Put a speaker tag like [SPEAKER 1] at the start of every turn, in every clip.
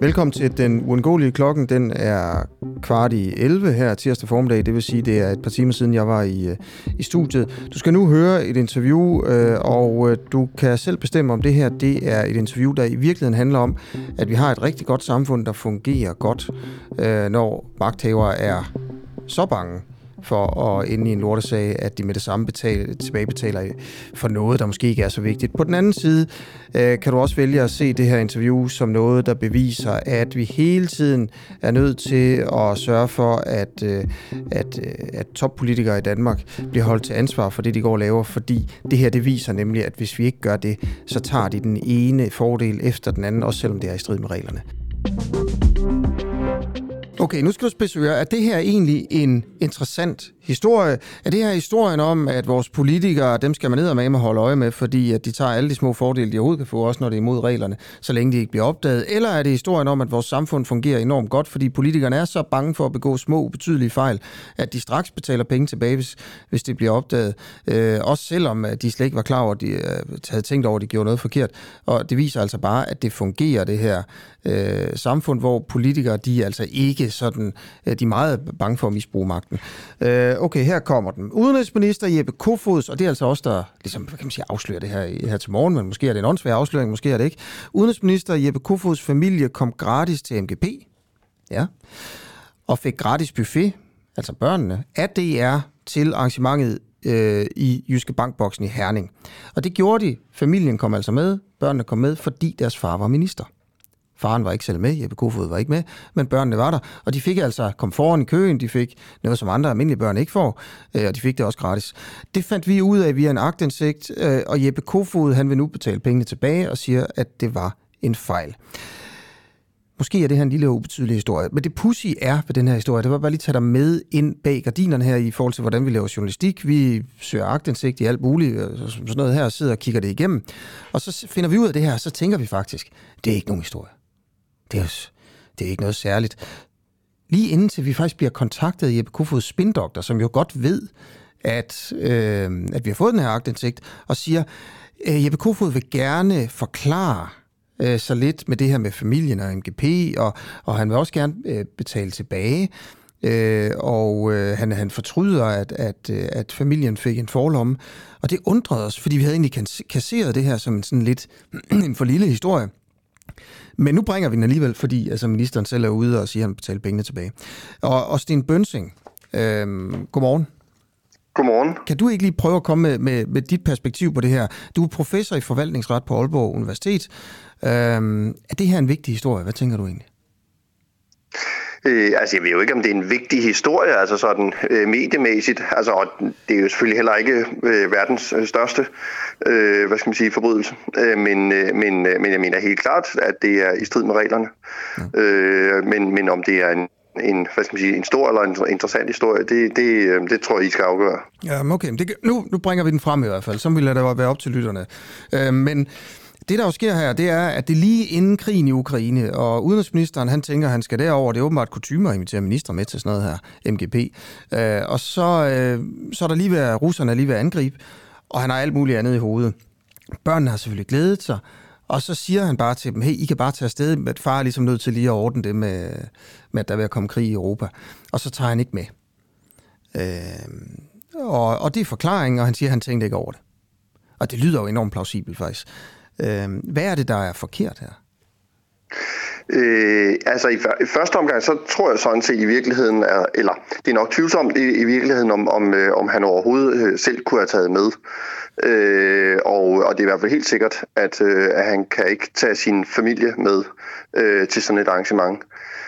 [SPEAKER 1] Velkommen til Den Uundgåelige. Klokken den er 10:15 her tirsdag formiddag. Det vil sige, det er et par timer siden, jeg var i studiet. Du skal nu høre et interview, og du kan selv bestemme, om det her det er et interview, der i virkeligheden handler om, at vi har et rigtig godt samfund, der fungerer godt, når magthavere er så bange for at ende i en lortesag, at de med det samme tilbagebetaler for noget, der måske ikke er så vigtigt. På den anden side kan du også vælge at se det her interview som noget, der beviser, at vi hele tiden er nødt til at sørge for, at toppolitikere i Danmark bliver holdt til ansvar for det, de går og laver, fordi det her, det viser nemlig, at hvis vi ikke gør det, så tager de den ene fordel efter den anden, også selvom det er i strid med reglerne. Okay, nu skal du spidse øre. Er det her egentlig en interessant historie? Er det her historien om, at vores politikere, dem skal man ned og holde øje med, fordi at de tager alle de små fordele, de overhovedet kan få, også når det er imod reglerne, så længe de ikke bliver opdaget? Eller er det historien om, at vores samfund fungerer enormt godt, fordi politikerne er så bange for at begå små, ubetydelige fejl, at de straks betaler penge tilbage, hvis det bliver opdaget? Også selvom de slet ikke var klar over, at de havde tænkt over, at de gjorde noget forkert. Og det viser altså bare, at det fungerer, det her samfund, hvor politikere, de er altså ikke sådan, de er meget bange for at misbruge magten. Okay, her kommer den. Udenrigsminister Jeppe Kofod, og det er altså også der ligesom, kan man sige, afslører det her til morgen, men måske er det en åndssvær afsløring, måske er det ikke. Udenrigsminister Jeppe Kofods familie kom gratis til MGP, ja, og fik gratis buffet, altså børnene, af DR til arrangementet i Jyske Bankboksen i Herning. Og det gjorde de. Familien kom altså med, børnene kom med, fordi deres far var minister. Faren var ikke selv med, Jeppe Kofod var ikke med, men børnene var der, og de fik altså kom foran i køen, de fik noget, som andre almindelige børn ikke får, og de fik det også gratis. Det fandt vi ud af via en aktindsigt, og Jeppe Kofod, han vil nu betale pengene tilbage og siger, at det var en fejl. Måske er det her en lille ubetydelig historie, men det pudsy er ved den her historie, det var bare lige tage dig med ind bag gardinerne her i forhold til, hvordan vi laver journalistik. Vi søger aktindsigt i alt muligt, sådan noget her, og sidder og kigger det igennem, og så finder vi ud af det her, og så tænker vi faktisk, det er ikke nogen historie. Det er ikke noget særligt. Lige inden til vi faktisk bliver kontaktet af Jeppe Kofods spindoktor, som jo godt ved, at vi har fået den her aktindsigt, og siger, Jeppe Kofod vil gerne forklare så lidt med det her med familien og MGP, og han vil også gerne betale tilbage, og han fortryder, at familien fik en forlomme, og det undrede os, fordi vi havde egentlig kasseret det her som en sådan lidt en for lille historie. Men nu bringer vi den alligevel, fordi altså, ministeren selv er ude og siger, at han betaler pengene tilbage. Og Sten Bønsing, godmorgen.
[SPEAKER 2] Godmorgen.
[SPEAKER 1] Kan du ikke lige prøve at komme med dit perspektiv på det her? Du er professor i forvaltningsret på Aalborg Universitet. Er det her en vigtig historie? Hvad tænker du egentlig?
[SPEAKER 2] Jeg ved jo ikke, om det er en vigtig historie, altså sådan mediemæssigt. Altså, og det er jo selvfølgelig heller ikke verdens største forbrydelse. Men jeg mener helt klart, at det er i strid med reglerne. Ja. Men om det er en stor eller en interessant historie, det tror jeg, I skal afgøre.
[SPEAKER 1] Ja, okay. Nu bringer vi den frem i hvert fald. Så vil det være op til lytterne. Men det, der jo sker her, det er, at det lige inden krigen i Ukraine, og udenrigsministeren, han tænker, han skal derover. Det er åbenbart kutyme at invitere minister med til sådan noget her, MGP. Og så er der lige ved, russerne er lige ved at angribe, og han har alt muligt andet i hovedet. Børnene har selvfølgelig glædet sig, og så siger han bare til dem, hey, I kan bare tage afsted, at far er ligesom nødt til lige at ordne det med at der er ved at komme krig i Europa. Og så tager han ikke med. Og det er forklaringen, og han siger, at han tænkte ikke over det. Og det lyder jo enormt plausibelt faktisk. Hvad er det, der er forkert her?
[SPEAKER 2] I første omgang, så tror jeg sådan set i virkeligheden, eller det er nok tvivlsomt i virkeligheden, om han overhovedet selv kunne have taget med. Og det er i hvert fald helt sikkert, at han kan ikke tage sin familie med til sådan et arrangement.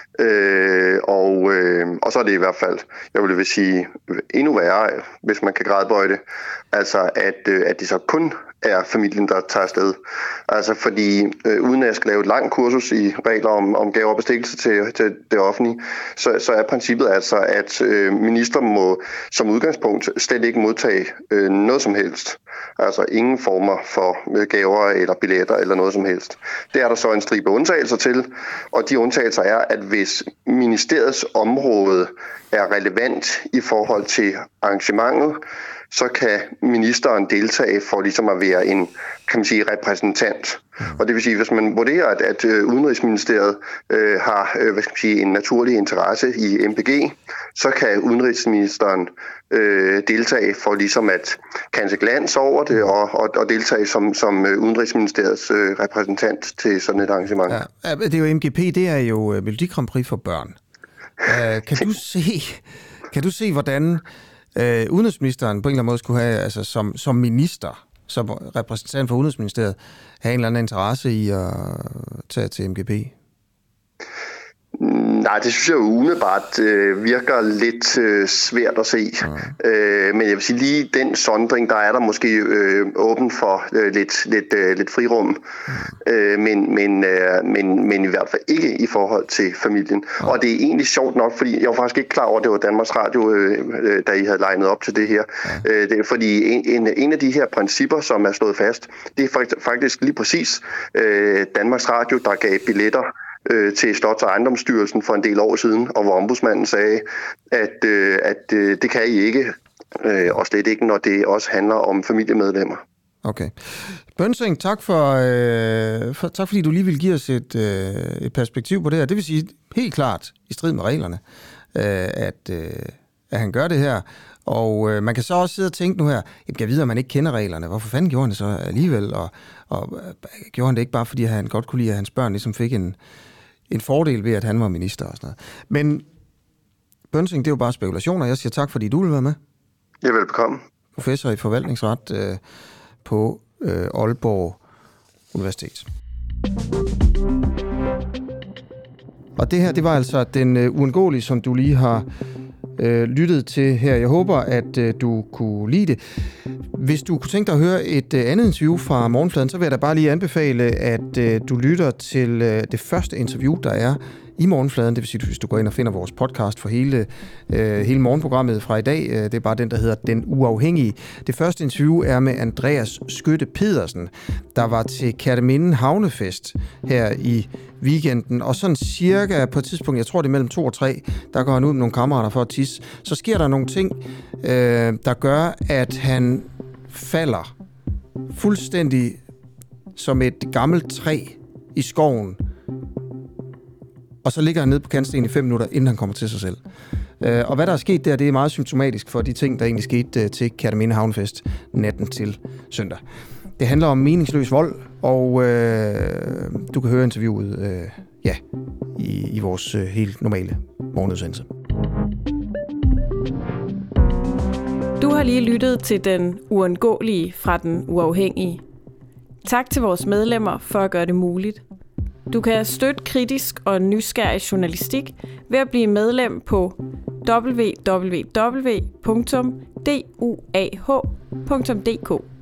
[SPEAKER 2] Og så er det i hvert fald, jeg vil sige, endnu værre, hvis man kan gradbøje det, altså at det så kun er familien, der tager afsted. Altså fordi, uden at jeg skal lave et langt kursus i regler om gave og bestikkelse til det offentlige, så er princippet altså, at minister må som udgangspunkt slet ikke modtage noget som helst. Altså ingen former for gaver eller billetter eller noget som helst. Det er der så en stribe undtagelser til, og de undtagelser er, at hvis ministeriets område er relevant i forhold til arrangementet, så kan ministeren deltage for ligesom at være en, kan man sige, repræsentant. Og det vil sige, hvis man vurderer, at Udenrigsministeriet har en naturlig interesse i MPG, så kan udenrigsministeren deltage for ligesom at kaste glans over det og deltage som Udenrigsministeriets repræsentant til sådan et arrangement.
[SPEAKER 1] Ja, det er jo MGP, det er jo Melodi Grand Prix for børn. Kan du se, hvordan udenrigsministeren på en eller anden måde skulle have, altså som minister, som repræsentant for Udenrigsministeriet, have en eller anden interesse i at tage til MGP?
[SPEAKER 2] Nej, det synes jeg jo umiddelbart virker lidt svært at se. Men jeg vil sige, lige den sondring, der er der måske åben for lidt frirum. Men i hvert fald ikke i forhold til familien. Og det er egentlig sjovt nok, fordi jeg var faktisk ikke klar over, at det var Danmarks Radio, da I havde legnet op til det her. Det er fordi en af de her principper, som er slået fast, det er faktisk lige præcis Danmarks Radio, der gav billetter til Slots- og Ejendomsstyrelsen for en del år siden, og hvor ombudsmanden sagde, at det kan I ikke, og slet ikke, når det også handler om familiemedlemmer.
[SPEAKER 1] Okay. Bønsing, tak fordi du lige vil give os et perspektiv på det her. Det vil sige helt klart i strid med reglerne, at han gør det her. Og man kan så også sidde og tænke nu her, jeg ved, at man ikke kender reglerne. Hvorfor fanden gjorde han det så alligevel? Og gjorde han det ikke bare, fordi han godt kunne lide, at hans børn ligesom fik en fordel ved, at han var minister og sådan noget. Men Bønsing, det er jo bare spekulationer. Jeg siger tak, fordi du vil være med.
[SPEAKER 2] Ja, velbekomme.
[SPEAKER 1] Professor i forvaltningsret på Aalborg Universitet. Og det her, det var altså den uundgåelige, som du lige har lyttet til her. Jeg håber, at du kunne lide det. Hvis du kunne tænke dig at høre et andet interview fra Morgenfladen, så vil jeg da bare lige anbefale, at du lytter til det første interview, der er i Morgenfladen. Det vil sige, hvis du går ind og finder vores podcast for hele morgenprogrammet fra i dag. Det er bare den, der hedder Den Uafhængige. Det første interview er med Andreas Skytte Pedersen, der var til Kerteminde Havnefest her i weekenden. Og sådan cirka på et tidspunkt, jeg tror det er mellem 2 og 3, der går han ud med nogle kammerater for at tisse. Så sker der nogle ting, der gør, at han falder fuldstændig som et gammelt træ i skoven. Og så ligger han nede på kantstenen i 5 minutter, inden han kommer til sig selv. Og hvad der er sket der, det er meget symptomatisk for de ting, der egentlig skete til Kerteminde Havnefest natten til søndag. Det handler om meningsløs vold, og du kan høre interviewet i vores helt normale morgenudsendelse.
[SPEAKER 3] Du har lige lyttet til Den Uundgåelige fra Den Uafhængige. Tak til vores medlemmer for at gøre det muligt. Du kan støtte kritisk og nysgerrig journalistik ved at blive medlem på www.duah.dk.